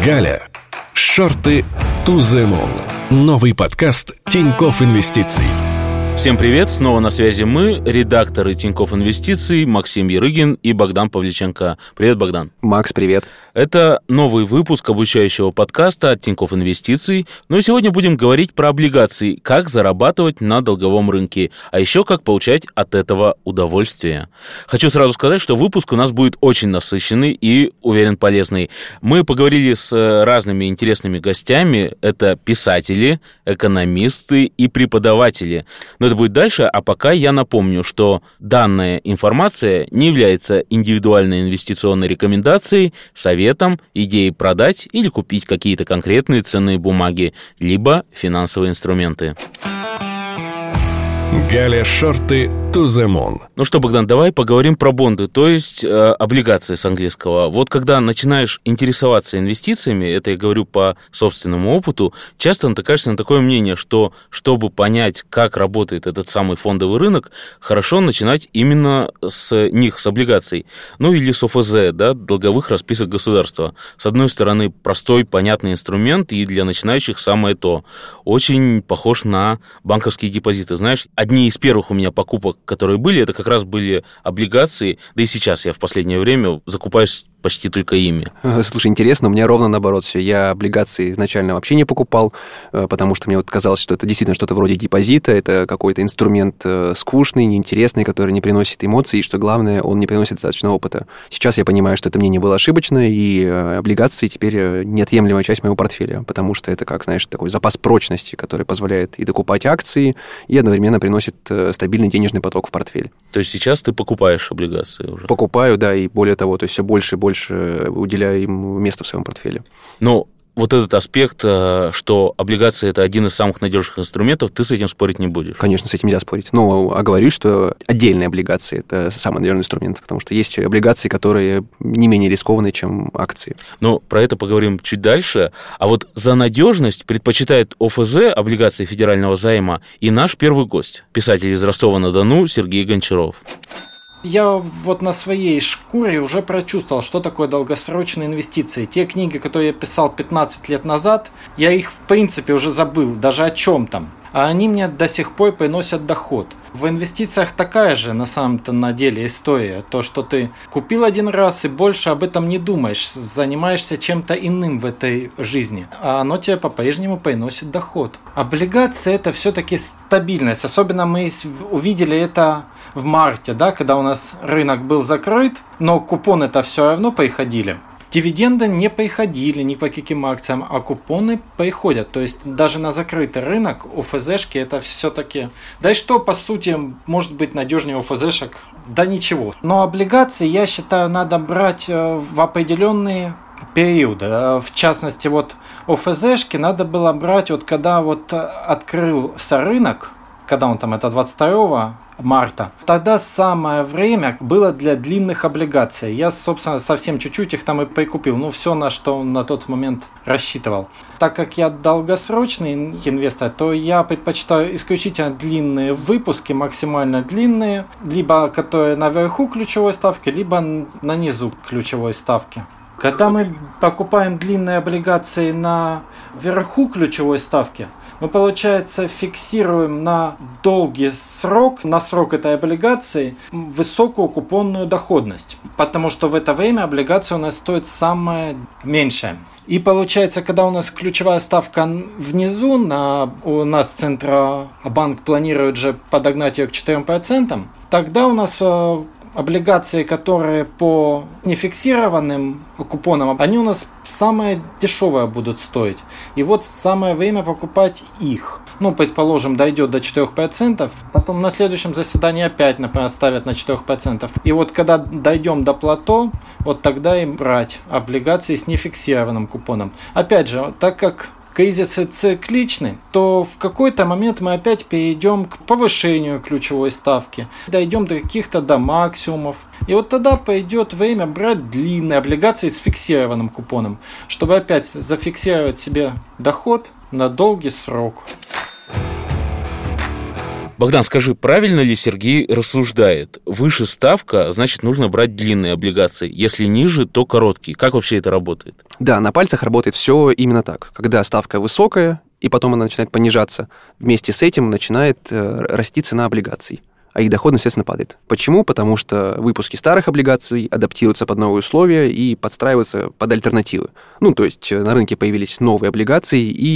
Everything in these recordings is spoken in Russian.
Галя. Шорты to the moon. Новый подкаст Тинькофф Инвестиций. Всем привет, снова на связи мы, редакторы Тинькофф Инвестиций, Максим Ярыгин и Богдан Павличенко. Привет, Богдан. Макс, привет. Это новый выпуск обучающего подкаста от Тинькофф Инвестиций. Ну и сегодня будем говорить про облигации, как зарабатывать на долговом рынке, а еще как получать от этого удовольствие. Хочу сразу сказать, что выпуск у нас будет очень насыщенный и, уверен, полезный. Мы поговорили с разными интересными гостями. Это писатели, экономисты и преподаватели. Но это будет дальше, а пока я напомню, что данная информация не является индивидуальной инвестиционной рекомендацией, советом, идеей продать или купить какие-то конкретные ценные бумаги, либо финансовые инструменты. Галя, шорты to the moon. Ну что, Богдан, давай поговорим про бонды, то есть облигации с английского. Вот когда начинаешь интересоваться инвестициями, это я говорю по собственному опыту, часто натыкаешься на такое мнение, что чтобы понять, как работает этот самый фондовый рынок, хорошо начинать именно с них, с облигаций. Ну или с ОФЗ, да, долговых расписок государства. С одной стороны, простой, понятный инструмент, и для начинающих самое то. Очень похож на банковские депозиты. Знаешь, одни из первых у меня покупок, которые были, это как раз были облигации, да и сейчас я в последнее время закупаюсь почти только ими. Слушай, интересно, у меня ровно наоборот все. Я облигации изначально вообще не покупал, потому что мне вот казалось, что это действительно что-то вроде депозита, это какой-то инструмент скучный, неинтересный, который не приносит эмоций, и что главное, он не приносит достаточно опыта. Сейчас я понимаю, что это мнение было ошибочно, и облигации теперь неотъемлемая часть моего портфеля, потому что это, как, знаешь, такой запас прочности, который позволяет и докупать акции, и одновременно приносит стабильный денежный поток в портфель. То есть сейчас ты покупаешь облигации уже? Покупаю, да, и более того, то есть все больше и больше уделяю им место в своем портфеле. Ну, вот этот аспект, что облигации – это один из самых надежных инструментов, ты с этим спорить не будешь? Конечно, с этим нельзя спорить. Но оговорюсь, что отдельные облигации – это самый надежный инструмент, потому что есть облигации, которые не менее рискованные, чем акции. Ну, про это поговорим чуть дальше. А вот за надежность предпочитает ОФЗ, облигации федерального займа, и наш первый гость, писатель из Ростова-на-Дону Сергей Гончаров. Я вот на своей шкуре уже прочувствовал, что такое долгосрочные инвестиции. Те книги, которые я писал 15 лет назад, я их в принципе уже забыл, даже о чем там. А они мне до сих пор приносят доход. В инвестициях такая же на самом-то на деле история. То, что ты купил один раз и больше об этом не думаешь, занимаешься чем-то иным в этой жизни. А оно тебе по-прежнему приносит доход. Облигации – это все-таки стабильность. Особенно мы увидели это в марте, да, когда у нас рынок был закрыт, но купоны-то все равно приходили. Дивиденды не приходили ни по каким акциям, а купоны приходят. То есть даже на закрытый рынок ОФЗшки это все-таки... Да и что, по сути, может быть надежнее ОФЗшек? Да ничего. Но облигации, я считаю, надо брать в определенные периоды. В частности, вот ОФЗшки надо было брать, вот когда вот открылся рынок, когда он там, это 22 марта, тогда самое время было для длинных облигаций. Я, собственно, совсем чуть-чуть их там и прикупил. Ну, все, на что он на тот момент рассчитывал. Так как я долгосрочный инвестор, то я предпочитаю исключительно длинные выпуски, максимально длинные, либо которые наверху ключевой ставки, либо на низу ключевой ставки. Когда мы покупаем длинные облигации на верху ключевой ставки, мы, получается, фиксируем на долгий срок, на срок этой облигации, высокую купонную доходность. Потому что в это время облигация у нас стоит самое меньшее. И получается, когда у нас ключевая ставка внизу, у нас Центробанк планирует же подогнать ее к 4%, тогда у нас облигации, которые по нефиксированным купонам, они у нас самые дешевые будут стоить. И вот самое время покупать их. Ну, предположим, дойдет до 4%, потом на следующем заседании опять, например, ставят на 4%. И вот когда дойдем до плато, вот тогда и брать облигации с нефиксированным купоном. Опять же, так как кризисы цикличны, то в какой-то момент мы опять перейдем к повышению ключевой ставки, дойдем до каких-то до максимумов. И вот тогда пойдет время брать длинные облигации с фиксированным купоном, чтобы опять зафиксировать себе доход на долгий срок. Богдан, скажи, правильно ли Сергей рассуждает? Выше ставка, значит, нужно брать длинные облигации. Если ниже, то короткие. Как вообще это работает? Да, на пальцах работает все именно так. Когда ставка высокая, и потом она начинает понижаться, вместе с этим начинает расти цена облигаций, а их доходность, естественно, падает. Почему? Потому что выпуски старых облигаций адаптируются под новые условия и подстраиваются под альтернативы. То есть на рынке появились новые облигации,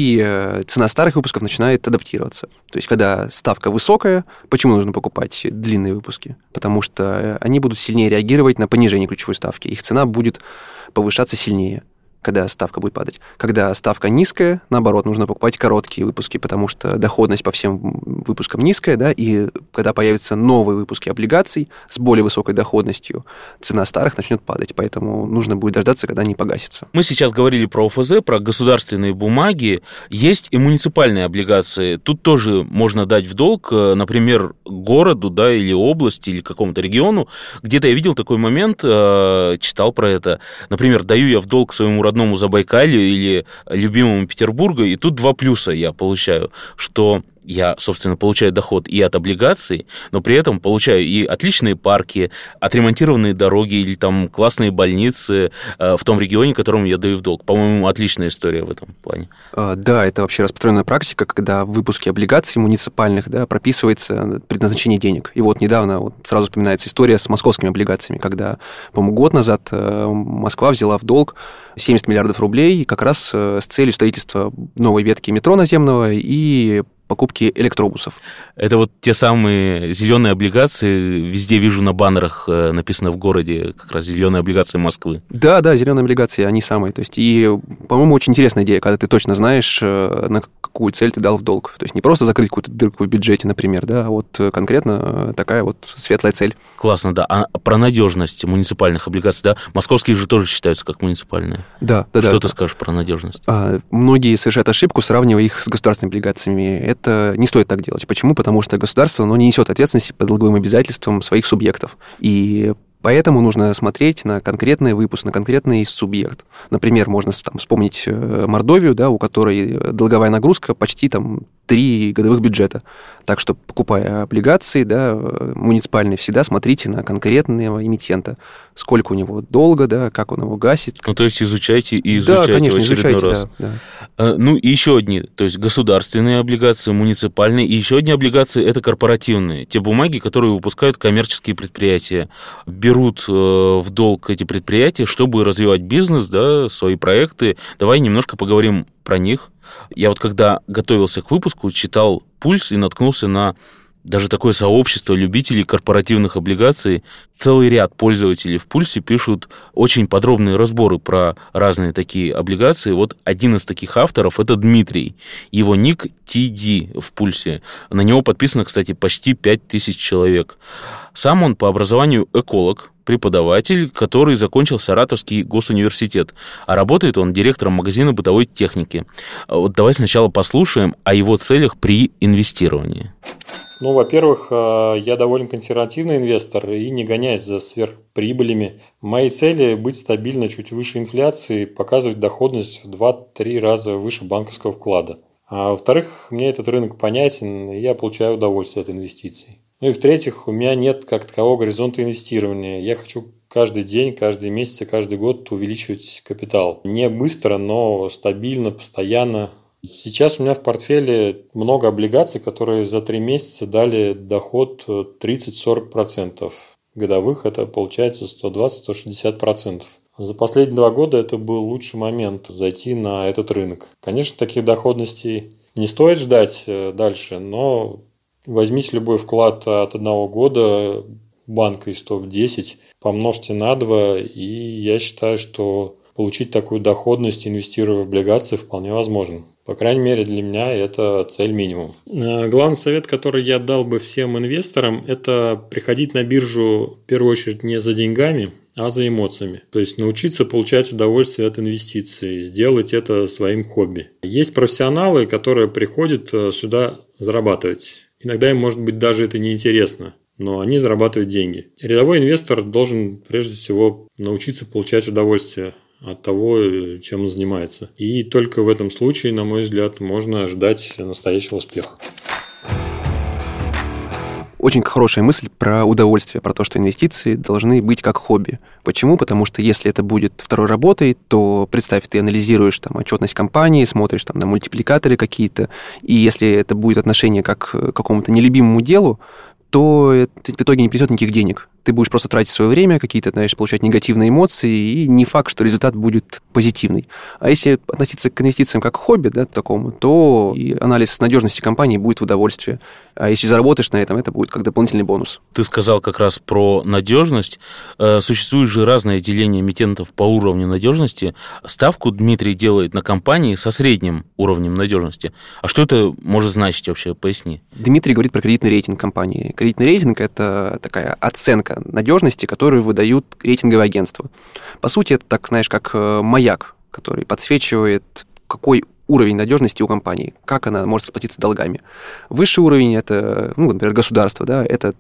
и цена старых выпусков начинает адаптироваться. То есть когда ставка высокая, почему нужно покупать длинные выпуски? Потому что они будут сильнее реагировать на понижение ключевой ставки. Их цена будет повышаться сильнее, когда ставка будет падать. Когда ставка низкая, наоборот, нужно покупать короткие выпуски, потому что доходность по всем выпускам низкая, да, и когда появятся новые выпуски облигаций с более высокой доходностью, цена старых начнет падать, поэтому нужно будет дождаться, когда они погасятся. Мы сейчас говорили про ОФЗ, про государственные бумаги. Есть и муниципальные облигации. Тут тоже можно дать в долг, например, городу, да, или области, или какому-то региону. Где-то я видел такой момент, читал про это. Например, даю я в долг своему родному Забайкалью или любимому Петербургу, и тут два плюса я получаю, что я, собственно, получаю доход и от облигаций, но при этом получаю и отличные парки, отремонтированные дороги или там классные больницы в том регионе, которому я даю в долг. По-моему, отличная история в этом плане. Да, это вообще распространенная практика, когда в выпуске облигаций муниципальных, да, прописывается предназначение денег. И вот недавно сразу вспоминается история с московскими облигациями, когда, по-моему, год назад Москва взяла в долг 70 миллиардов рублей как раз с целью строительства новой ветки метро наземного и покупки электробусов. Это вот те самые зеленые облигации, везде вижу на баннерах написано в городе, как раз зеленые облигации Москвы. Да, зеленые облигации, они самые. То есть, и, по-моему, очень интересная идея, когда ты точно знаешь, на какую цель ты дал в долг. То есть не просто закрыть какую-то дырку в бюджете, например, да, а вот конкретно такая вот светлая цель. Классно, да. А про надежность муниципальных облигаций, да? Московские же тоже считаются как муниципальные. Да. Что ты скажешь про надежность? Многие совершают ошибку, сравнивая их с государственными облигациями. Это не стоит так делать. Почему? Потому что государство, не несет ответственности по долговым обязательствам своих субъектов. И поэтому нужно смотреть на конкретный выпуск, на конкретный субъект. Например, можно вспомнить Мордовию, да, у которой долговая нагрузка почти 3 годовых бюджета. Так что, покупая облигации, да, муниципальные, всегда смотрите на конкретного эмитента. Сколько у него долга, да, как он его гасит. То есть изучайте да, конечно, в очередной раз. Да. И еще одни, то есть государственные облигации, муниципальные, и еще одни облигации – это корпоративные. Те бумаги, которые выпускают коммерческие предприятия. Берут в долг эти предприятия, чтобы развивать бизнес, да, свои проекты. Давай немножко поговорим про них. Я когда готовился к выпуску, читал «Пульс» и наткнулся на даже такое сообщество любителей корпоративных облигаций. Целый ряд пользователей в «Пульсе» пишут очень подробные разборы про разные такие облигации. Вот один из таких авторов – это Дмитрий. Его ник TD в «Пульсе». На него подписано, кстати, почти 5000 человек. Сам он по образованию эколог, преподаватель, который закончил Саратовский госуниверситет, а работает он директором магазина бытовой техники. Вот давай сначала послушаем о его целях при инвестировании. Во-первых, я довольно консервативный инвестор и не гоняюсь за сверхприбылями. Мои цели – быть стабильно чуть выше инфляции, показывать доходность в 2-3 раза выше банковского вклада. А во-вторых, мне этот рынок понятен, и я получаю удовольствие от инвестиций. И в-третьих, у меня нет как такового горизонта инвестирования. Я хочу каждый день, каждый месяц и каждый год увеличивать капитал. Не быстро, но стабильно, постоянно. Сейчас у меня в портфеле много облигаций, которые за 3 месяца дали доход 30-40%. Годовых это получается 120-160%. За последние 2 года это был лучший момент зайти на этот рынок. Конечно, таких доходностей не стоит ждать дальше, но возьмите любой вклад от 1 года банка из топ-10, помножьте на 2, и я считаю, что получить такую доходность, инвестируя в облигации, вполне возможно. По крайней мере, для меня это цель минимум. Главный совет, который я дал бы всем инвесторам, это приходить на биржу в первую очередь не за деньгами, а за эмоциями. То есть научиться получать удовольствие от инвестиций, сделать это своим хобби. Есть профессионалы, которые приходят сюда зарабатывать. Иногда им, может быть, даже это неинтересно, но они зарабатывают деньги. Рядовой инвестор должен прежде всего научиться получать удовольствие от того, чем он занимается. И только в этом случае, на мой взгляд, можно ждать настоящего успеха. Очень хорошая мысль про удовольствие, про то, что инвестиции должны быть как хобби. Почему? Потому что если это будет второй работой, то, представь, ты анализируешь там отчетность компании, смотришь там на мультипликаторы какие-то, и если это будет отношение как к какому-то нелюбимому делу, то это в итоге не принесет никаких денег. Ты будешь просто тратить свое время, какие-то, знаешь, получать негативные эмоции, и не факт, что результат будет позитивный. А если относиться к инвестициям как к хобби, да, такому, то и анализ надежности компании будет в удовольствие. А если заработаешь на этом, это будет как дополнительный бонус. Ты сказал как раз про надежность. Существует же разное деление эмитентов по уровню надежности. Ставку Дмитрий делает на компании со средним уровнем надежности. А что это может значить вообще? Поясни. Дмитрий говорит про кредитный рейтинг компании. Кредитный рейтинг – это такая оценка надежности, которую выдают рейтинговые агентства. По сути, это, так, знаешь, как маяк, который подсвечивает, какой уровень надежности у компании, как она может расплатиться долгами. Высший уровень – это, например, государство, да, это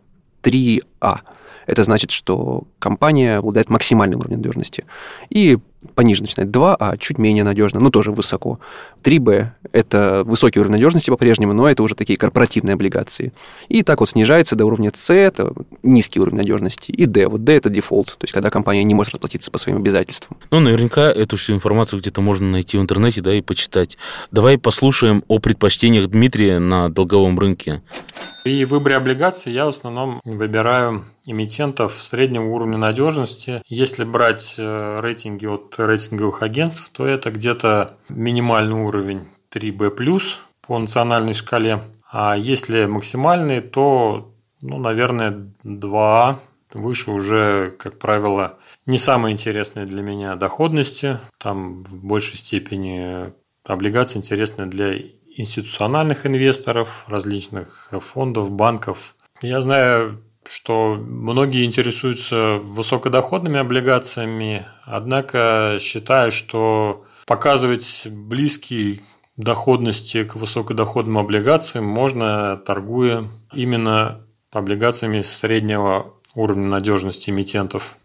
3А. Это значит, что компания обладает максимальным уровнем надежности. И пониже начинает 2А, чуть менее надежно, но тоже высоко. 3Б – это высокий уровень надежности по-прежнему, но это уже такие корпоративные облигации. И так вот снижается до уровня С, это низкий уровень надежности, и Д. Вот Д – это дефолт, то есть когда компания не может расплатиться по своим обязательствам. Ну, наверняка эту всю информацию где-то можно найти в интернете, да, и почитать. Давай послушаем о предпочтениях Дмитрия на долговом рынке. При выборе облигаций я в основном выбираю эмитентов среднего уровня надежности. Если брать рейтинги от рейтинговых агентств, то это где-то минимальный уровень 3B+, по национальной шкале. А если максимальный, то, наверное, 2А. Выше уже, как правило, не самые интересные для меня доходности. Там в большей степени облигации интересны для институциональных инвесторов, различных фондов, банков. Я знаю, что многие интересуются высокодоходными облигациями, однако считаю, что показывать близкие доходности к высокодоходным облигациям можно, торгуя именно облигациями среднего уровня надежности эмитентов.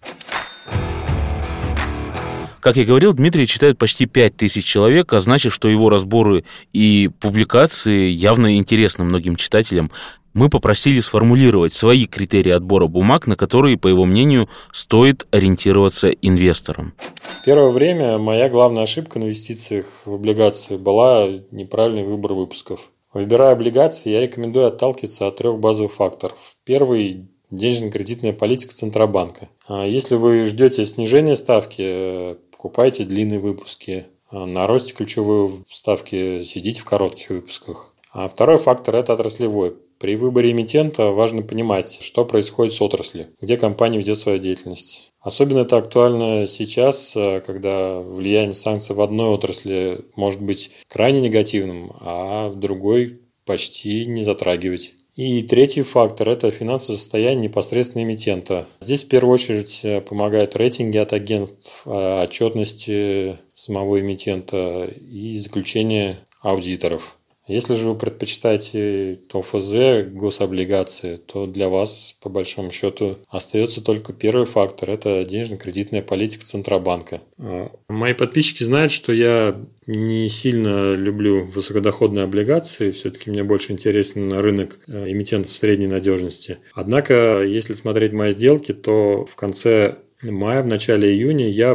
Как я говорил, Дмитрий читает почти 5000 человек, а значит, что его разборы и публикации явно интересны многим читателям. Мы попросили сформулировать свои критерии отбора бумаг, на которые, по его мнению, стоит ориентироваться инвесторам. Первое время моя главная ошибка в инвестициях в облигации была неправильный выбор выпусков. Выбирая облигации, я рекомендую отталкиваться от 3 базовых факторов. Первый – денежно-кредитная политика Центробанка. Если вы ждете снижения ставки, покупайте длинные выпуски. На росте ключевой ставки сидите в коротких выпусках. А второй фактор – это отраслевой. При выборе эмитента важно понимать, что происходит с отраслью, где компания ведет свою деятельность. Особенно это актуально сейчас, когда влияние санкций в одной отрасли может быть крайне негативным, а в другой почти не затрагивать. И третий фактор – это финансовое состояние непосредственно эмитента. Здесь в первую очередь помогают рейтинги от агентств, отчетности самого эмитента и заключения аудиторов. Если же вы предпочитаете ОФЗ, гособлигации, то для вас, по большому счету, остается только первый фактор – это денежно-кредитная политика Центробанка. Мои подписчики знают, что я не сильно люблю высокодоходные облигации, все-таки мне больше интересен рынок эмитентов средней надежности. Однако, если смотреть мои сделки, то в конце мая, в начале июня я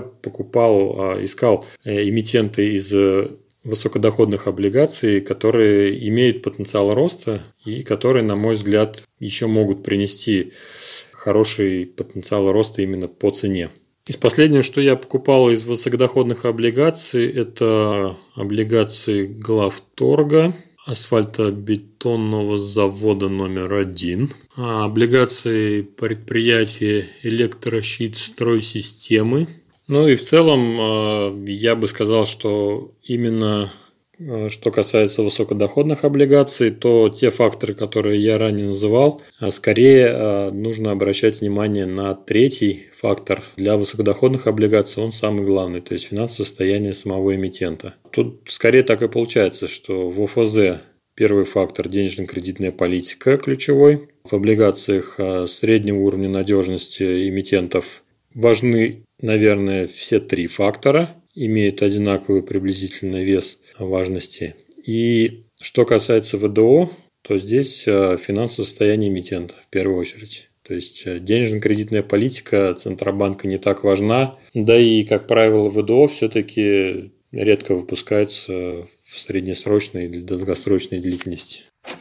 искал эмитенты из высокодоходных облигаций, которые имеют потенциал роста и которые, на мой взгляд, еще могут принести хороший потенциал роста именно по цене. Из последнего, что я покупал из высокодоходных облигаций, это облигации Главторга, асфальтобетонного завода номер 1, облигации предприятия Электрощит-Стройсистемы. Ну и в целом я бы сказал, что именно что касается высокодоходных облигаций, то те факторы, которые я ранее называл, скорее нужно обращать внимание на третий фактор. Для высокодоходных облигаций он самый главный, то есть финансовое состояние самого эмитента. Тут скорее так и получается, что в ОФЗ первый фактор – денежно-кредитная политика ключевой. В облигациях среднего уровня надежности эмитентов важны, наверное, все 3 фактора, имеют одинаковый приблизительный вес важности. И что касается ВДО, то здесь финансовое состояние эмитента в первую очередь. То есть денежно-кредитная политика Центробанка не так важна, да и, как правило, ВДО все-таки редко выпускаются в среднесрочной или долгосрочной длительности.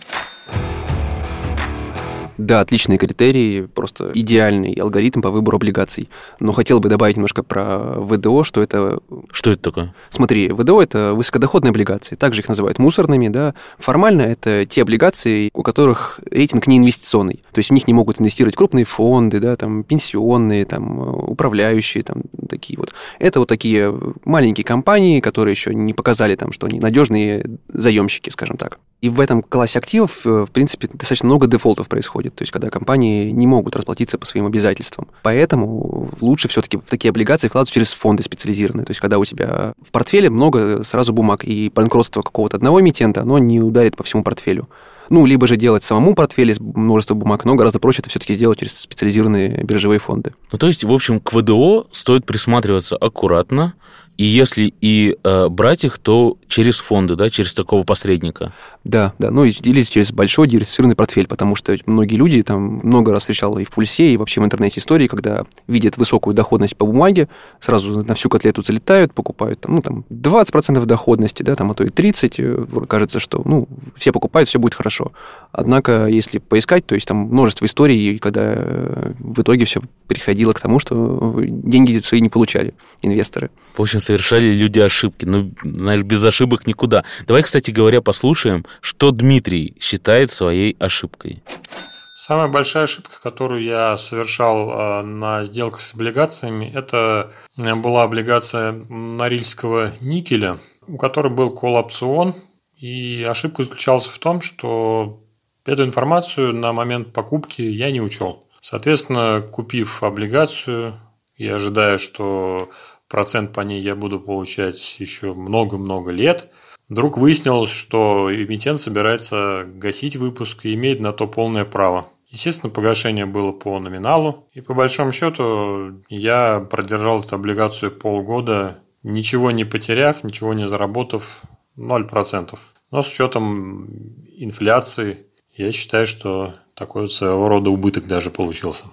Да, отличные критерии, просто идеальный алгоритм по выбору облигаций. Но хотел бы добавить немножко про ВДО, что это... Что это такое? Смотри, ВДО – это высокодоходные облигации, также их называют мусорными, да. Формально это те облигации, у которых рейтинг не инвестиционный, то есть в них не могут инвестировать крупные фонды, да, там, пенсионные, там, управляющие, там, такие вот. Это вот такие маленькие компании, которые еще не показали, там, что они надежные заемщики, скажем так. И в этом классе активов, в принципе, достаточно много дефолтов происходит, то есть когда компании не могут расплатиться по своим обязательствам. Поэтому лучше все-таки в такие облигации вкладываться через фонды специализированные, то есть когда у тебя в портфеле много сразу бумаг, и банкротство какого-то одного эмитента, оно не ударит по всему портфелю. Ну, либо же делать самому портфель из множества бумаг, но гораздо проще это все-таки сделать через специализированные биржевые фонды. Ну, то есть, в общем, к ВДО стоит присматриваться аккуратно, и если и брать их, то через фонды, да, через такого посредника. Да, ну или через большой диверсифицированный портфель, потому что многие люди, там много раз встречал и в Пульсе, и вообще в интернете истории, когда видят высокую доходность по бумаге, сразу на всю котлету залетают, покупают там 20% доходности, да, там, а то и 30%, кажется, что все покупают, все будет хорошо. Однако, если поискать, то есть там множество историй, когда в итоге все приходило к тому, что деньги свои не получали инвесторы. В общем, совершали люди ошибки. Знаешь, без ошибок никуда. Давай, кстати говоря, послушаем, что Дмитрий считает своей ошибкой. Самая большая ошибка, которую я совершал на сделках с облигациями, это была облигация Норильского никеля, у которой был колл-опцион. И ошибка заключалась в том, что эту информацию на момент покупки я не учел. Соответственно, купив облигацию и ожидая, что процент по ней я буду получать еще много-много лет, вдруг выяснилось, что эмитент собирается гасить выпуск и имеет на то полное право. Естественно, погашение было по номиналу, и по большому счету я продержал эту облигацию полгода, ничего не потеряв, ничего не заработав, 0%. Но с учетом инфляции, я считаю, что такой вот своего рода убыток даже получился.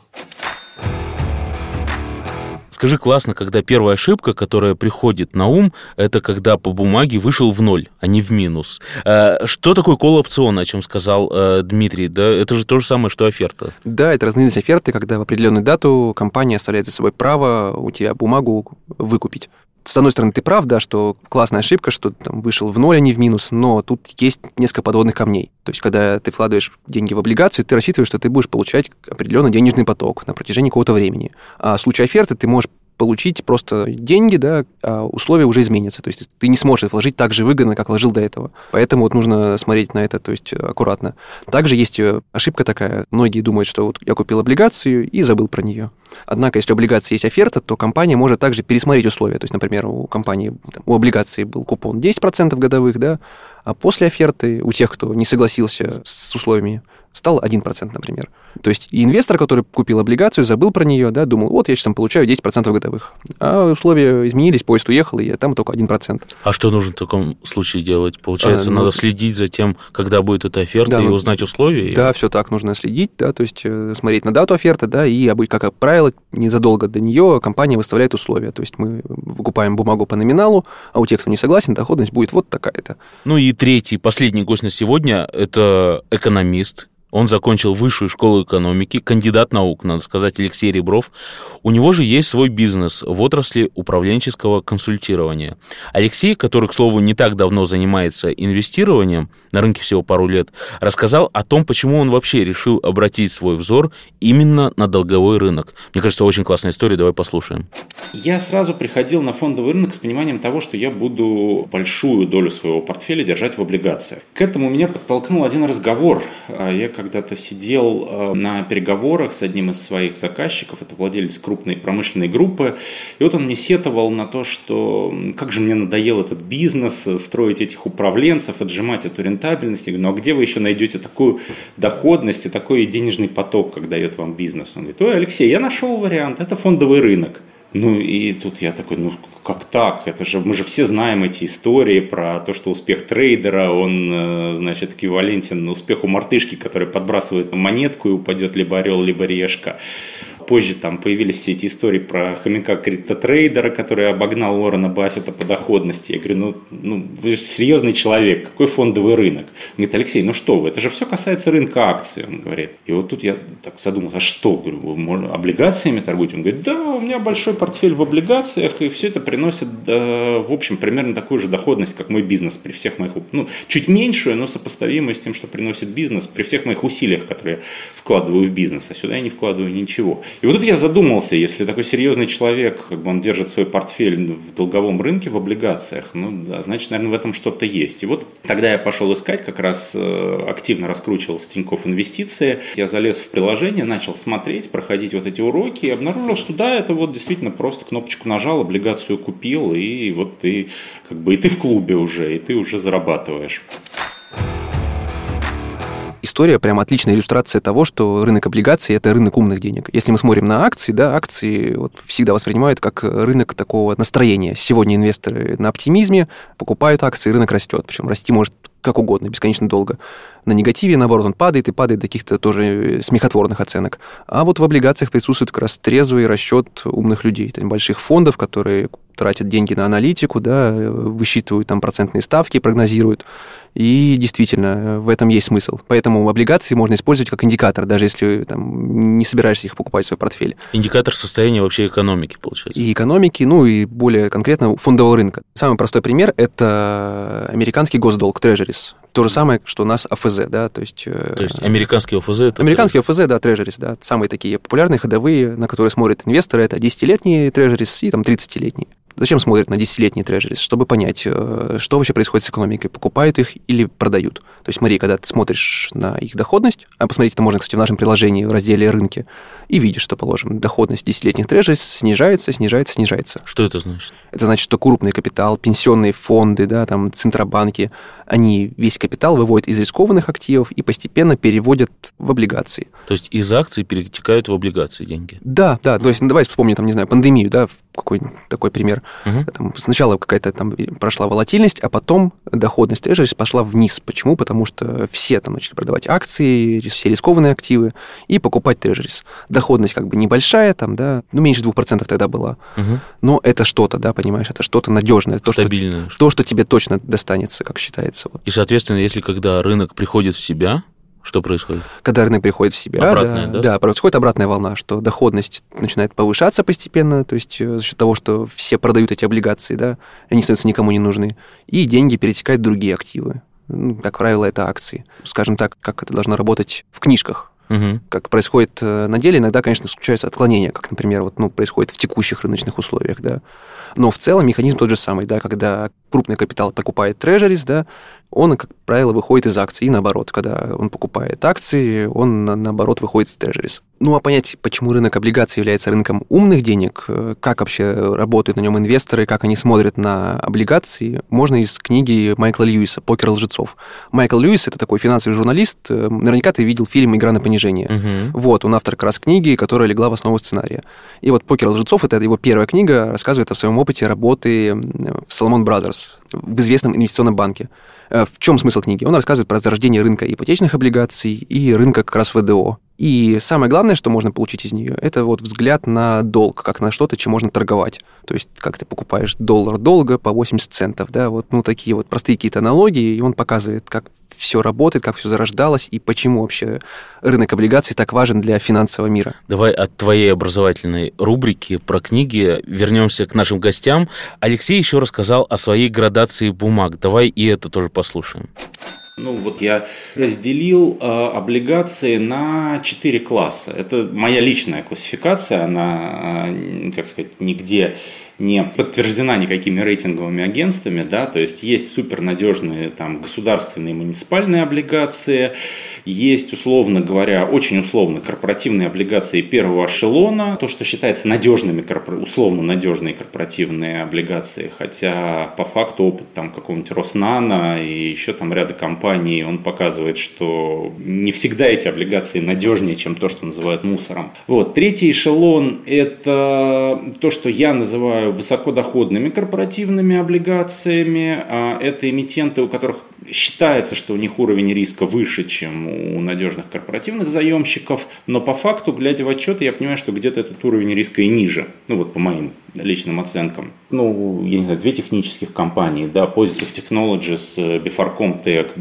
Скажи, классно, когда первая ошибка, которая приходит на ум, это когда по бумаге вышел в ноль, а не в минус. Что такое колл-опцион, о чем сказал Дмитрий? Да, это же то же самое, что оферта. Да, это разновидность оферты, когда в определенную дату компания оставляет за собой право у тебя бумагу выкупить. С одной стороны, ты прав, да, что классная ошибка, что там вышел в ноль, а не в минус, но тут есть несколько подводных камней. То есть, когда ты вкладываешь деньги в облигацию, ты рассчитываешь, что ты будешь получать определенный денежный поток на протяжении какого-то времени. А в случае оферты ты можешь получить просто деньги, да, а условия уже изменятся. То есть ты не сможешь их вложить так же выгодно, как вложил до этого. Поэтому вот нужно смотреть на это, то есть аккуратно. Также есть ошибка такая. Многие думают, что вот я купил облигацию и забыл про нее. Однако, если у облигации есть оферта, то компания может также пересмотреть условия. То есть, например, у компании, у облигации был купон 10% годовых, да, а после оферты у тех, кто не согласился с условиями, стал 1%, например. То есть инвестор, который купил облигацию, забыл про нее, да, думал, вот я сейчас там получаю 10% годовых. А условия изменились, поезд уехал, и там только 1%. А что нужно в таком случае делать? Получается, надо следить за тем, когда будет эта оферта, да, и узнать условия? Да, все так, нужно следить, да, то есть смотреть на дату оферты, да, и, как правило, незадолго до нее компания выставляет условия. То есть мы выкупаем бумагу по номиналу, а у тех, кто не согласен, доходность будет вот такая-то. Ну и третий, последний гость на сегодня – это экономист. Он закончил высшую школу экономики, кандидат наук, надо сказать, Алексей Ребров. У него же есть свой бизнес в отрасли управленческого консультирования. Алексей, который, к слову, не так давно занимается инвестированием, на рынке всего пару лет, рассказал о том, почему он вообще решил обратить свой взор именно на долговой рынок. Мне кажется, очень классная история, давай послушаем. Я сразу приходил на фондовый рынок с пониманием того, что я буду большую долю своего портфеля держать в облигациях. К этому меня подтолкнул один разговор. Я когда-то сидел на переговорах с одним из своих заказчиков, это владелец крупной промышленной группы, и вот он мне сетовал на то, что как же мне надоел этот бизнес, строить этих управленцев, отжимать эту рентабельность. Я говорю, ну а где вы еще найдете такую доходность и такой денежный поток, как дает вам бизнес? Он говорит, ой, Алексей, я нашел вариант, это фондовый рынок. Ну, и тут я такой, ну, как так? Мы же все знаем эти истории про то, что успех трейдера, он, значит, эквивалентен успеху мартышки, который подбрасывает монетку и упадет либо орел, либо решка. Позже там появились все эти истории про хомяка криптотрейдера, который обогнал Уоррена Баффета по доходности. Я говорю, ну вы же серьезный человек, какой фондовый рынок? Он говорит, Алексей, ну что вы, это же все касается рынка акций, он говорит. И вот тут я так задумался, а что? Говорю, вы облигациями торгуете? Он говорит, да, у меня большой портфель в облигациях, и все это приносит, в общем, примерно такую же доходность, как мой бизнес при всех моих, ну, чуть меньшую, но сопоставимую с тем, что приносит бизнес при всех моих усилиях, которые я вкладываю в бизнес, а сюда я не вкладываю ничего. И вот тут я задумался, если такой серьезный человек, как бы он держит свой портфель в долговом рынке, в облигациях, ну да, значит, наверное, в этом что-то есть. И вот тогда я пошел искать, как раз активно раскручивался Тинькофф Инвестиции. Я залез в приложение, начал смотреть, проходить вот эти уроки и обнаружил, что да, это вот действительно просто кнопочку нажал, облигацию купил, и вот ты как бы и ты в клубе уже, и ты уже зарабатываешь. История прям отличная иллюстрация того, что рынок облигаций – это рынок умных денег. Если мы смотрим на акции, да, акции вот всегда воспринимают как рынок такого настроения. Сегодня инвесторы на оптимизме покупают акции, рынок растет. Причем расти может как угодно, бесконечно долго. На негативе, наоборот, он падает и падает до каких-то тоже смехотворных оценок. А вот в облигациях присутствует как раз трезвый расчет умных людей. Это больших фондов, которые тратят деньги на аналитику, да, высчитывают там процентные ставки, прогнозируют. И действительно, в этом есть смысл. Поэтому облигации можно использовать как индикатор, даже если там, не собираешься их покупать в свой портфель. Индикатор состояния вообще экономики, получается. И экономики, ну и более конкретно фондового рынка. Самый простой пример – это американский госдолг, Treasuries. То же самое, что у нас АФЗ, да, то есть американский АФЗ – это… Американский АФЗ, да, Treasuries, да, самые такие популярные, ходовые, на которые смотрят инвесторы, это 10-летние Treasuries и там 30-летние. Зачем смотрят на 10-летние Treasuries? Чтобы понять, что вообще происходит с экономикой, покупают их или продают. То есть смотри, когда ты смотришь на их доходность, а посмотреть это можно, кстати, в нашем приложении в разделе «Рынки», и видишь, что, положим, доходность 10-летних Treasuries снижается. Что это значит? Это значит, что крупный капитал, пенсионные фонды, да, там, центробанки, они весь капитал выводят из рискованных активов и постепенно переводят в облигации. То есть из акций перетекают в облигации деньги? Да, то есть давай вспомним, там, не знаю, пандемию, да, какой-нибудь такой пример. Там, сначала какая-то там прошла волатильность, а потом доходность Treasuries пошла вниз. Почему? Потому что все там начали продавать акции, все рискованные активы и покупать Treasuries. Доходность как бы небольшая, там, да, ну, меньше 2% тогда была. Но это что-то, да, понимаешь, это что-то надежное. Стабильное. То, что тебе точно достанется, как считается. Вот. И, соответственно, если когда рынок приходит в себя, что происходит? Когда рынок приходит в себя, да, происходит обратная волна, что доходность начинает повышаться постепенно, то есть за счет того, что все продают эти облигации, да, они становятся никому не нужны, и деньги перетекают в другие активы. Ну, как правило, это акции. Скажем так, как это должно работать в книжках. Как происходит на деле, иногда, конечно, случаются отклонения, как, например, вот, ну, происходит в текущих рыночных условиях, да. Но в целом механизм тот же самый, да, когда крупный капитал покупает Treasuries, да, он, как правило, выходит из акций, и наоборот, когда он покупает акции, он, наоборот, выходит из Treasuries. Ну, а понять, почему рынок облигаций является рынком умных денег, как вообще работают на нем инвесторы, как они смотрят на облигации, можно из книги Майкла Льюиса «Покер лжецов». Майкл Льюис – это такой финансовый журналист, наверняка ты видел фильм «Игра на понижение». Вот, он автор как раз книги, которая легла в основу сценария. И вот «Покер лжецов» – это его первая книга, рассказывает о своем опыте работы в Salomon Brothers, в известном инвестиционном банке. В чем смысл книги? Он рассказывает про зарождение рынка ипотечных облигаций и рынка как раз ВДО. И самое главное, что можно получить из нее, это вот взгляд на долг, как на что-то, чем можно торговать. То есть, как ты покупаешь доллар долга по 80 центов, да, вот, ну, такие вот простые какие-то аналогии, и он показывает, как все работает, как все зарождалось, и почему вообще рынок облигаций так важен для финансового мира. Давай от твоей образовательной рубрики про книги вернемся к нашим гостям. Алексей еще рассказал о своей градации бумаг. Давай и это тоже послушаем. Ну, вот я разделил облигации на 4 класса. Это моя личная классификация, она, как сказать, нигде не подтверждена никакими рейтинговыми агентствами, да, то есть есть супернадежные там государственные муниципальные облигации, есть, условно говоря, очень условно корпоративные облигации первого эшелона, то, что считается надежными, условно надежные корпоративные облигации, хотя по факту опыт там какого-нибудь Роснана и еще там ряда компаний компании, он показывает, что не всегда эти облигации надежнее, чем то, что называют мусором. Вот. Третий эшелон – это то, что я называю высокодоходными корпоративными облигациями. Это эмитенты, у которых считается, что у них уровень риска выше, чем у надежных корпоративных заемщиков, но по факту, глядя в отчеты, я понимаю, что где-то этот уровень риска и ниже, по моим личным оценкам. Я не знаю, две технических компании, Positive Technologies, Bifarcom Tech,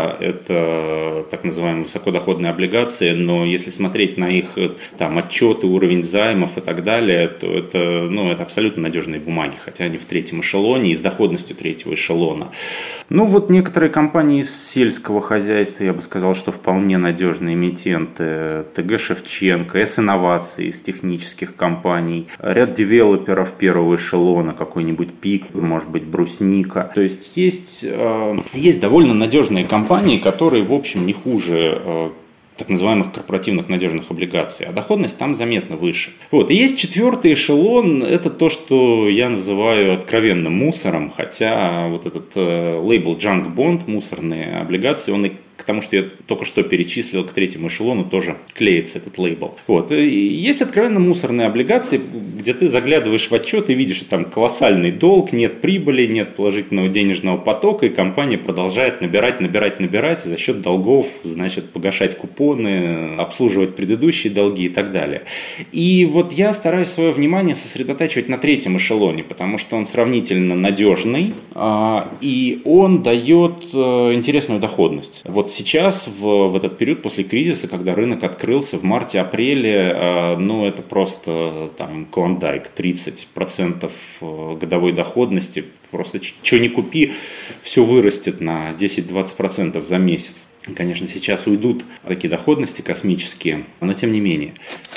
это так называемые высокодоходные облигации, но если смотреть на их отчеты, уровень займов и так далее, то это абсолютно надежные бумаги, хотя они в третьем эшелоне и с доходностью третьего эшелона. Некоторые компании из сельского хозяйства, я бы сказал, что вполне надежные эмитенты. ТГ Шевченко, С-инновации из технических компаний, ряд девелоперов первого эшелона, какой-нибудь ПИК, может быть, Брусника. То есть есть довольно надежные компании, которые, в общем, не хуже так называемых корпоративных надежных облигаций, а доходность там заметно выше. И есть четвертый эшелон, это то, что я называю откровенным мусором, хотя этот лейбл Junk Bond, мусорные облигации, он и к тому, что я только что перечислил, к третьему эшелону тоже клеится этот лейбл. И есть откровенно мусорные облигации, где ты заглядываешь в отчет и видишь, что там колоссальный долг, нет прибыли, нет положительного денежного потока, и компания продолжает набирать, и за счет долгов, погашать купоны, обслуживать предыдущие долги и так далее. И я стараюсь свое внимание сосредотачивать на третьем эшелоне, потому что он сравнительно надежный, и он дает интересную доходность. Сейчас, в этот период после кризиса, когда рынок открылся в марте-апреле, это просто клондайк, 30% годовой доходности, просто что ни купи, все вырастет на 10-20% за месяц. Конечно, сейчас уйдут такие доходности космические, но тем не менее.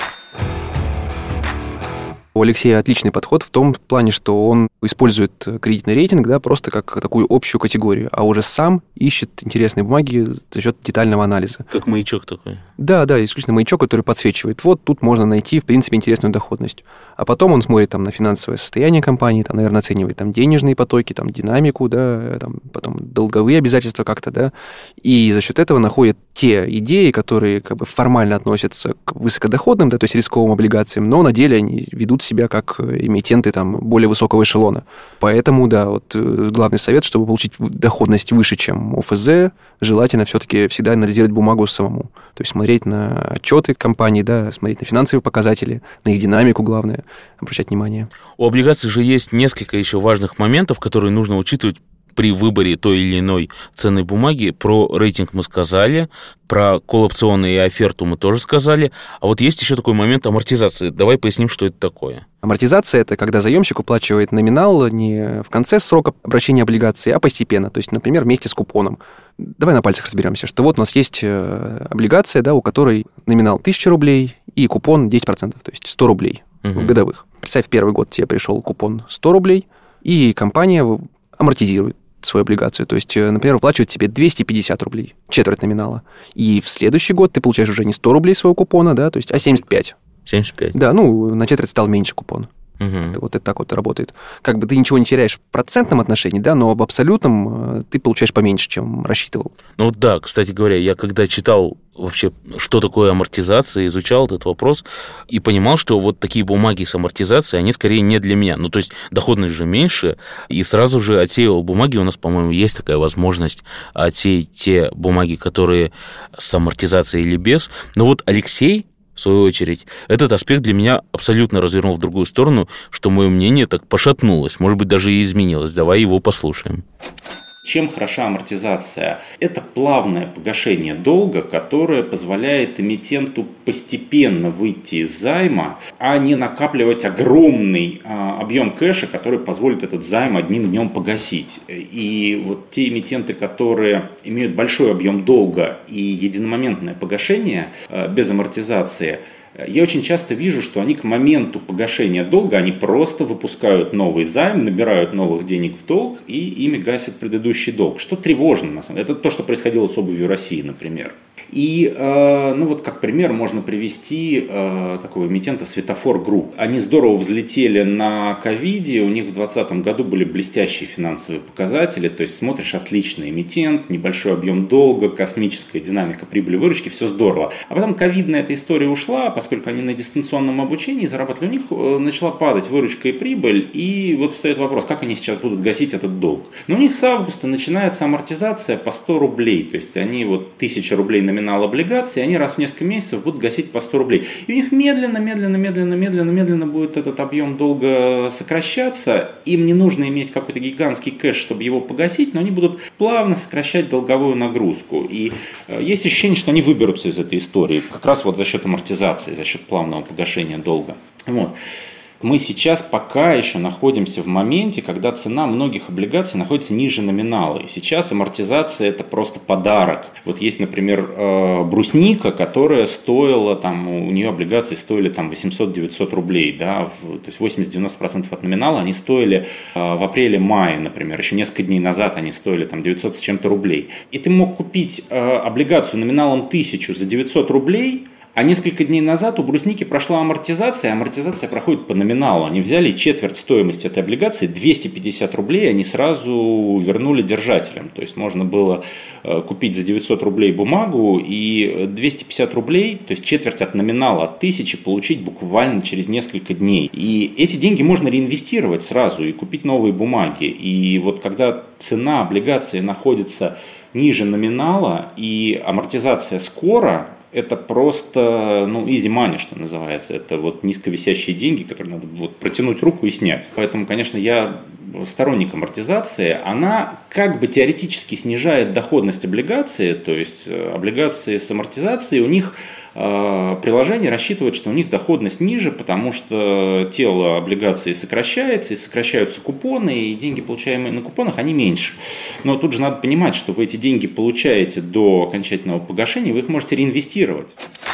У Алексея отличный подход в том плане, что он использует кредитный рейтинг просто как такую общую категорию, а уже сам ищет интересные бумаги за счет детального анализа. Как маячок такой. Да, исключительно маячок, который подсвечивает. Тут можно найти, в принципе, интересную доходность. А потом он смотрит на финансовое состояние компании, наверное, оценивает денежные потоки, динамику, потом долговые обязательства как-то, и за счет этого находит те идеи, которые формально относятся к высокодоходным, то есть рисковым облигациям, но на деле они ведут себя как эмитенты более высокого эшелона. Поэтому, главный совет, чтобы получить доходность выше, чем ОФЗ, желательно все-таки всегда анализировать бумагу самому. То есть смотреть на отчеты компании, смотреть на финансовые показатели, на их динамику, главное, обращать внимание. У облигаций же есть несколько еще важных моментов, которые нужно учитывать при выборе той или иной ценной бумаги. Про рейтинг мы сказали, про колл-опционы и оферту мы тоже сказали. А есть еще такой момент амортизации. Давай поясним, что это такое. Амортизация – это когда заемщик уплачивает номинал не в конце срока обращения облигации, а постепенно. То есть, например, вместе с купоном. Давай на пальцах разберемся, что у нас есть облигация, у которой номинал 1000 рублей и купон 10%, то есть 100 рублей годовых. Представь, в первый год тебе пришел купон 100 рублей, и компания амортизирует свою облигацию. То есть, например, выплачивает тебе 250 рублей, четверть номинала. И в следующий год ты получаешь уже не 100 рублей своего купона, то есть, а 75. 75. Да, на четверть стал меньше купон. Это так работает. Ты ничего не теряешь в процентном отношении, но в абсолютном ты получаешь поменьше, чем рассчитывал. Кстати говоря, я когда читал вообще, что такое амортизация, изучал этот вопрос и понимал, что такие бумаги с амортизацией, они скорее не для меня. То есть доходность же меньше, и сразу же отсеивал бумаги. У нас, по-моему, есть такая возможность отсеять те бумаги, которые с амортизацией или без. Но Алексей, в свою очередь, этот аспект для меня абсолютно развернул в другую сторону, что мое мнение так пошатнулось, может быть, даже и изменилось. Давай его послушаем. Чем хороша амортизация? Это плавное погашение долга, которое позволяет эмитенту постепенно выйти из займа, а не накапливать огромный объем кэша, который позволит этот займ одним днем погасить. И те эмитенты, которые имеют большой объем долга и единомоментное погашение без амортизации, я очень часто вижу, что они к моменту погашения долга, они просто выпускают новый займ, набирают новых денег в долг и ими гасят предыдущий долг. Что тревожно, на самом деле. Это то, что происходило с обувью России, например. И, как пример можно привести такого эмитента Светофор Групп. Они здорово взлетели на ковиде, у них в 2020 году были блестящие финансовые показатели, то есть смотришь, отличный эмитент, небольшой объем долга, космическая динамика прибыли, выручки, все здорово. А потом ковидная эта история ушла, поскольку они на дистанционном обучении зарабатывали, у них начала падать выручка и прибыль, и вот встает вопрос, как они сейчас будут гасить этот долг. Но у них с августа начинается амортизация по 100 рублей, то есть они 1000 рублей номинал облигаций, они раз в несколько месяцев будут гасить по 100 рублей. И у них медленно будет этот объем долга сокращаться. Им не нужно иметь какой-то гигантский кэш, чтобы его погасить, но они будут плавно сокращать долговую нагрузку. И есть ощущение, что они выберутся из этой истории как раз за счет амортизации, за счет плавного погашения долга. Мы сейчас пока еще находимся в моменте, когда цена многих облигаций находится ниже номинала. И сейчас амортизация – это просто подарок. Есть, например, брусника, которая стоила, у нее облигации стоили 800-900 рублей. Да, то есть 80-90% от номинала они стоили в апреле-мае, например. Еще несколько дней назад они стоили 900 с чем-то рублей. И ты мог купить облигацию номиналом 1000 за 900 рублей, а несколько дней назад у брусники прошла амортизация, амортизация проходит по номиналу. Они взяли четверть стоимости этой облигации, 250 рублей, они сразу вернули держателям. То есть можно было купить за 900 рублей бумагу и 250 рублей, то есть четверть от номинала, от 1000, получить буквально через несколько дней. И эти деньги можно реинвестировать сразу и купить новые бумаги. И когда цена облигации находится ниже номинала и амортизация скоро, это просто, easy money, что называется. Это низковисящие деньги, которые надо протянуть руку и снять. Поэтому, конечно, я сторонник амортизации. Она теоретически снижает доходность облигации, то есть облигации с амортизацией, у них приложение рассчитывает, что у них доходность ниже, потому что тело облигаций сокращается, и сокращаются купоны, и деньги, получаемые на купонах, они меньше. Но тут же надо понимать, что вы эти деньги получаете до окончательного погашения, вы их можете реинвестировать.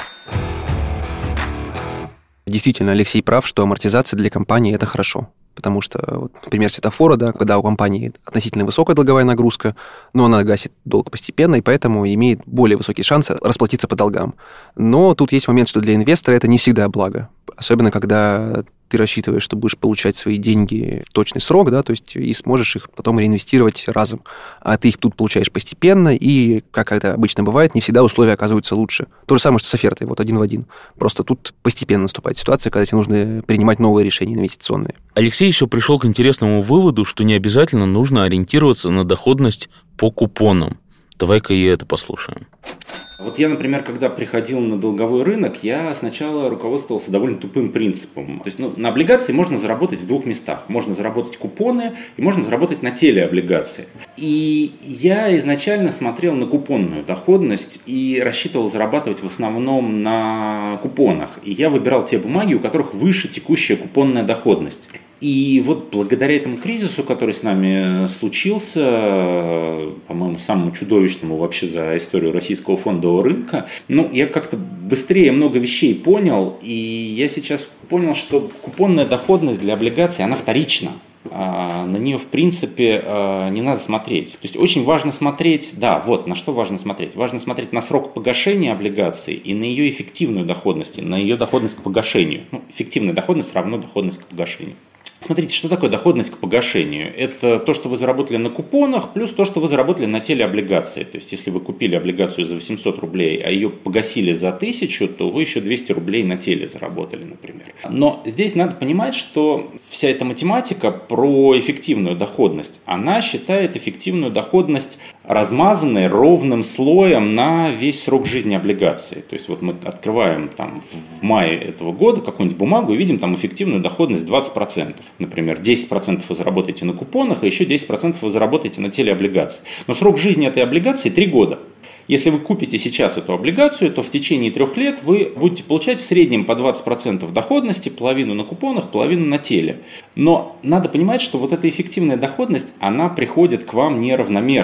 Действительно, Алексей прав, что амортизация для компании – это хорошо. Потому что, например, Светофора, да, когда у компании относительно высокая долговая нагрузка, но она гасит долг постепенно, и поэтому имеет более высокий шанс расплатиться по долгам. Но тут есть момент, что для инвестора это не всегда благо. Особенно, когда ты рассчитываешь, что будешь получать свои деньги в точный срок, да, то есть и сможешь их потом реинвестировать разом. А ты их тут получаешь постепенно, и, как это обычно бывает, не всегда условия оказываются лучше. То же самое, что с офертой, один в один. Просто тут постепенно наступает ситуация, когда тебе нужно принимать новые решения инвестиционные. Алексей еще пришел к интересному выводу, что не обязательно нужно ориентироваться на доходность по купонам. Давай-ка и это послушаем. Я, например, когда приходил на долговой рынок, я сначала руководствовался довольно тупым принципом. То есть, на облигации можно заработать в двух местах. Можно заработать купоны и можно заработать на теле облигации. И я изначально смотрел на купонную доходность и рассчитывал зарабатывать в основном на купонах. И я выбирал те бумаги, у которых выше текущая купонная доходность. И благодаря этому кризису, который с нами случился, по-моему, самому чудовищному вообще за историю российского фондового рынка, я как-то быстрее много вещей понял, и я сейчас понял, что купонная доходность для облигаций, она вторична. На нее, в принципе, не надо смотреть. То есть очень важно смотреть, на что важно смотреть. Важно смотреть на срок погашения облигаций и на ее эффективную доходность, на ее доходность к погашению. Эффективная доходность равно доходность к погашению. Смотрите, что такое доходность к погашению? Это то, что вы заработали на купонах, плюс то, что вы заработали на теле облигации. То есть, если вы купили облигацию за 800 рублей, а ее погасили за 1000, то вы еще 200 рублей на теле заработали, например. Но здесь надо понимать, что вся эта математика про эффективную доходность, она считает эффективную доходность размазанной ровным слоем на весь срок жизни облигации. То есть, мы открываем в мае этого года какую-нибудь бумагу и видим там эффективную доходность 20%. Например, 10% вы заработаете на купонах, а еще 10% вы заработаете на теле облигаций. Но срок жизни этой облигации 3 года. Если вы купите сейчас эту облигацию, то в течение 3 лет вы будете получать в среднем по 20% доходности, половину на купонах, половину на теле. Но надо понимать, что эта эффективная доходность, она приходит к вам неравномерно. То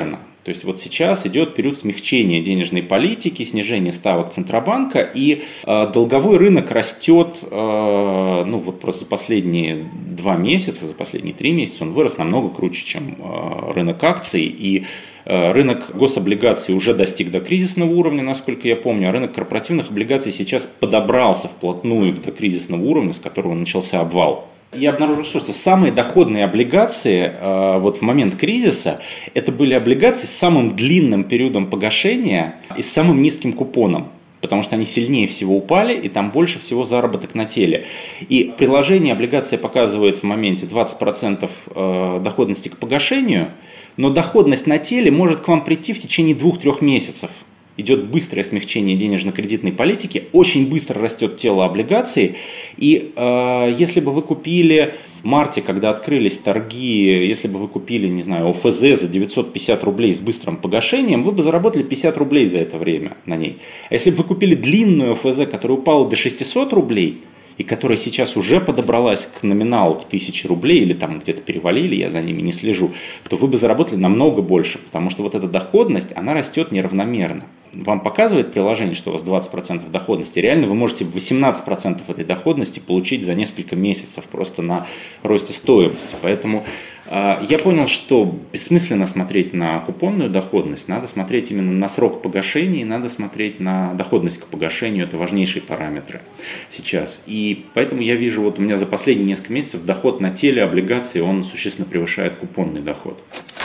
То есть вот сейчас идет период смягчения денежной политики, снижения ставок Центробанка, и долговой рынок растет, вот просто за последние 2 месяца, за последние 3 месяца он вырос намного круче, чем рынок акций, и рынок гособлигаций уже достиг до кризисного уровня, насколько я помню, а рынок корпоративных облигаций сейчас подобрался вплотную к докризисному уровню, с которого начался обвал. Я обнаружил, что самые доходные облигации в момент кризиса это были облигации с самым длинным периодом погашения и с самым низким купоном, потому что они сильнее всего упали, и там больше всего заработок на теле. И приложение облигация показывает в моменте 20% доходности к погашению, но доходность на теле может к вам прийти в течение 2-3 месяцев. Идет быстрое смягчение денежно-кредитной политики, очень быстро растет тело облигаций. И если бы вы купили в марте, когда открылись торги, если бы вы купили, ОФЗ за 950 рублей с быстрым погашением, вы бы заработали 50 рублей за это время на ней. А если бы вы купили длинную ОФЗ, которая упала до 600 рублей, и которая сейчас уже подобралась к номиналу, к 1000 рублей, или там где-то перевалили, я за ними не слежу, то вы бы заработали намного больше, потому что вот эта доходность, она растет неравномерно. Вам показывает приложение, что у вас 20% доходности, реально вы можете 18% этой доходности получить за несколько месяцев просто на росте стоимости. Поэтому я понял, что бессмысленно смотреть на купонную доходность, надо смотреть именно на срок погашения, надо смотреть на доходность к погашению, это важнейшие параметры сейчас. И поэтому я вижу, у меня за последние несколько месяцев доход на теле облигаций, он существенно превышает купонный доход.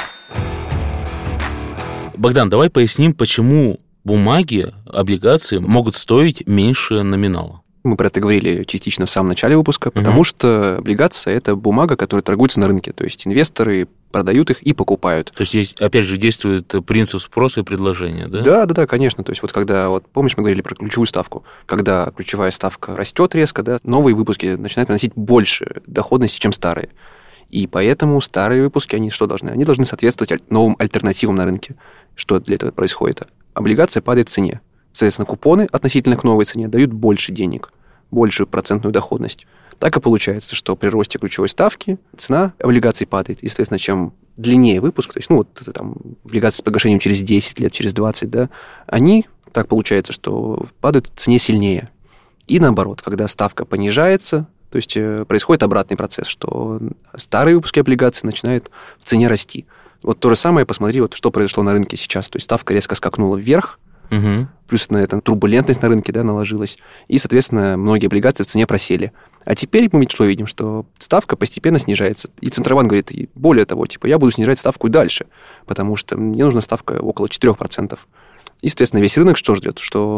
Богдан, давай поясним, почему бумаги, облигации могут стоить меньше номинала. Мы про это говорили частично в самом начале выпуска, потому что облигация – это бумага, которая торгуется на рынке. То есть инвесторы продают их и покупают. То есть здесь, опять же, действует принцип спроса и предложения, да? Да, конечно. То есть когда, помнишь, мы говорили про ключевую ставку. Когда ключевая ставка растет резко, да, новые выпуски начинают приносить больше доходности, чем старые. И поэтому старые выпуски, они что должны? Они должны соответствовать новым альтернативам на рынке. Что для этого происходит? Облигация падает в цене. Соответственно, купоны относительно к новой цене дают больше денег, большую процентную доходность. Так и получается, что при росте ключевой ставки цена облигаций падает. И, соответственно, чем длиннее выпуск, то есть, облигации с погашением через 10 лет, через 20, да, они, так получается, что падают в цене сильнее. И наоборот, когда ставка понижается, то есть происходит обратный процесс, что старые выпуски облигаций начинают в цене расти. То же самое, посмотри, что произошло на рынке сейчас. То есть ставка резко скакнула вверх, плюс на это турбулентность на рынке, да, наложилась, и, соответственно, многие облигации в цене просели. А теперь мы что видим? Что ставка постепенно снижается. И Центробанк говорит, более того, я буду снижать ставку дальше, потому что мне нужна ставка около 4%. И, соответственно, весь рынок что ждет?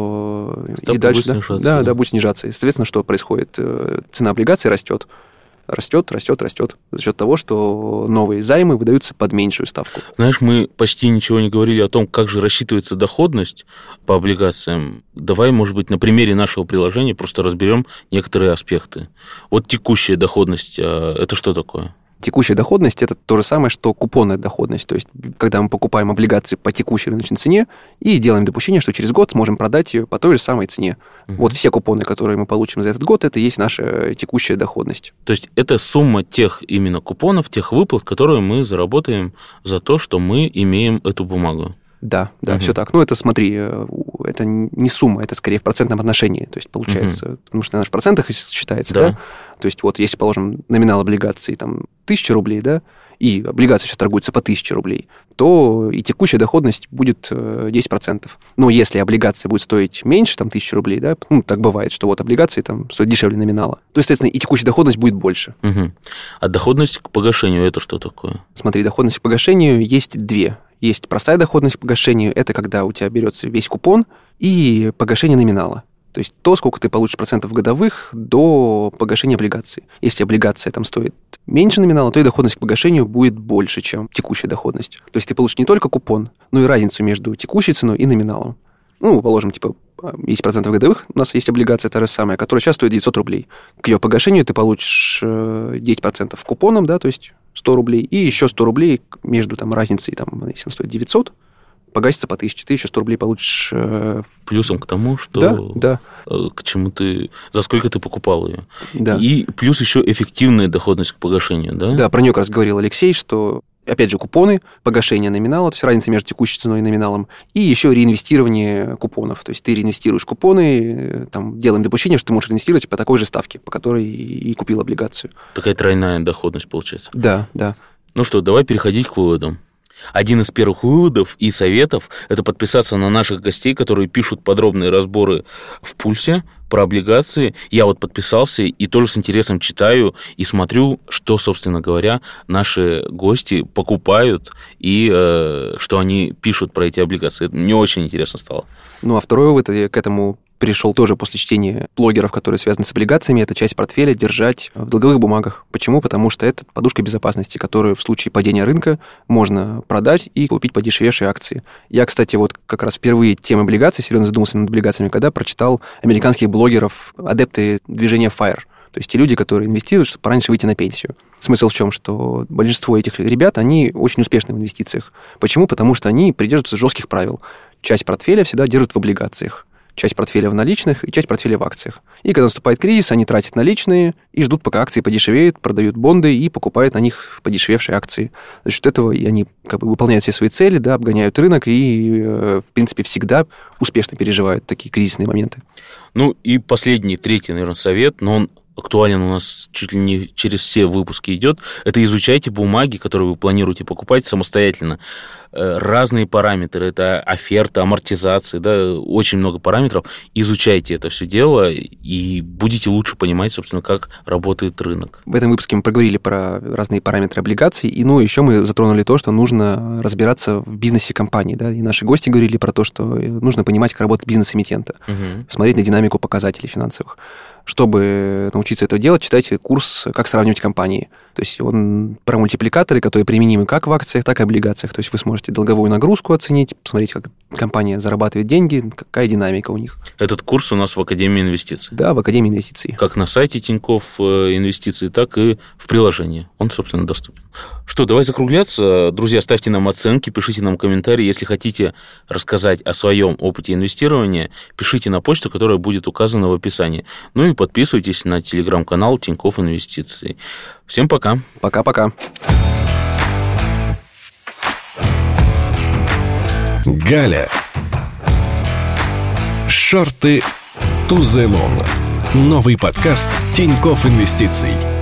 Что ставка и дальше будет снижаться. Да, будет снижаться. И, соответственно, что происходит? Цена облигаций растет. Растет за счет того, что новые займы выдаются под меньшую ставку. Знаешь, мы почти ничего не говорили о том, как же рассчитывается доходность по облигациям. Давай, может быть, на примере нашего приложения просто разберем некоторые аспекты. Текущая доходность, это что такое? Текущая доходность – это то же самое, что купонная доходность. То есть, когда мы покупаем облигации по текущей рыночной цене и делаем допущение, что через год сможем продать ее по той же самой цене. Все купоны, которые мы получим за этот год, это и есть наша текущая доходность. То есть, это сумма тех именно купонов, тех выплат, которые мы заработаем за то, что мы имеем эту бумагу. Да, все так. Это, смотри, это не сумма, это скорее в процентном отношении. То есть, получается, потому что наш в процентах считается, да? То есть, если, положим, номинал облигаций 1000 рублей, да, и облигация сейчас торгуется по 1000 рублей, то и текущая доходность будет 10%. Но если облигация будет стоить меньше 1000 рублей, да, так бывает, что облигации стоят дешевле номинала, то, естественно, и текущая доходность будет больше. А доходность к погашению – это что такое? Смотри, доходность к погашению есть две. Есть простая доходность к погашению, это когда у тебя берется весь купон и погашение номинала. То есть то, сколько ты получишь процентов годовых до погашения облигации. Если облигация стоит меньше номинала, то и доходность к погашению будет больше, чем текущая доходность. То есть ты получишь не только купон, но и разницу между текущей ценой и номиналом. Положим, есть процентов годовых, у нас есть облигация та же самая, которая сейчас стоит 900 рублей. К ее погашению ты получишь 10% купоном, да, то есть 100 рублей, и еще 100 рублей между разницей, если она стоит 900, погасится по 1000, ты еще 100 рублей получишь. Плюсом к тому, что да. К чему за сколько ты покупал ее. Да. И плюс еще эффективная доходность к погашению, да? Да, про нее как раз говорил Алексей, что опять же, купоны, погашение номинала, то есть разница между текущей ценой и номиналом, и еще реинвестирование купонов. То есть ты реинвестируешь купоны, там, делаем допущение, что ты можешь инвестировать по такой же ставке, по которой и купил облигацию. Такая тройная доходность получается. Да, да. Ну что, давай переходить к выводам. Один из первых выводов и советов – это подписаться на наших гостей, которые пишут подробные разборы в «Пульсе» про облигации. Я вот подписался и тоже с интересом читаю и смотрю, что, собственно говоря, наши гости покупают и что они пишут про эти облигации. Мне очень интересно стало. Ну, а второй вывод, я к этому пришел тоже после чтения блогеров, которые связаны с облигациями, это часть портфеля держать в долговых бумагах. Почему? Потому что это подушка безопасности, которую в случае падения рынка можно продать и купить подешевевшие акции. Я, кстати, вот как раз впервые тему облигаций серьезно задумался над облигациями, когда прочитал американских блогеров, адепты движения FIRE. То есть те люди, которые инвестируют, чтобы пораньше выйти на пенсию. Смысл в чем? Что большинство этих ребят, они очень успешны в инвестициях. Почему? Потому что они придерживаются жестких правил. Часть портфеля всегда держат в облигациях. Часть портфеля в наличных и часть портфеля в акциях. И когда наступает кризис, они тратят наличные и ждут, пока акции подешевеют, продают бонды и покупают на них подешевевшие акции. За счет этого они как бы выполняют все свои цели, да, обгоняют рынок и, в принципе, всегда успешно переживают такие кризисные моменты. Ну и последний, третий, наверное, совет, но он актуален у нас чуть ли не через все выпуски идет, это изучайте бумаги, которые вы планируете покупать самостоятельно. Разные параметры, это оферта, амортизации, да, очень много параметров. Изучайте это все дело и будете лучше понимать, собственно, как работает рынок. В этом выпуске мы проговорили про разные параметры облигаций, и еще мы затронули то, что нужно разбираться в бизнесе компании, да, и наши гости говорили про то, что нужно понимать, как работает бизнес эмитента, смотреть на динамику показателей финансовых. Чтобы научиться это делать, читайте курс «Как сравнивать компании». То есть он про мультипликаторы, которые применимы как в акциях, так и в облигациях. То есть вы сможете долговую нагрузку оценить, посмотреть, как компания зарабатывает деньги, какая динамика у них. Этот курс у нас в Академии инвестиций. Да, в Академии инвестиций. Как на сайте Тинькофф Инвестиции, так и в приложении. Он, собственно, доступен. Что, давай закругляться. Друзья, ставьте нам оценки, пишите нам комментарии. Если хотите рассказать о своем опыте инвестирования, пишите на почту, которая будет указана в описании. Ну и подписывайтесь на телеграм-канал Тинькофф Инвестиции. Всем пока. Пока-пока. Галя. Шорты to the moon. Новый подкаст Тинькофф Инвестиций.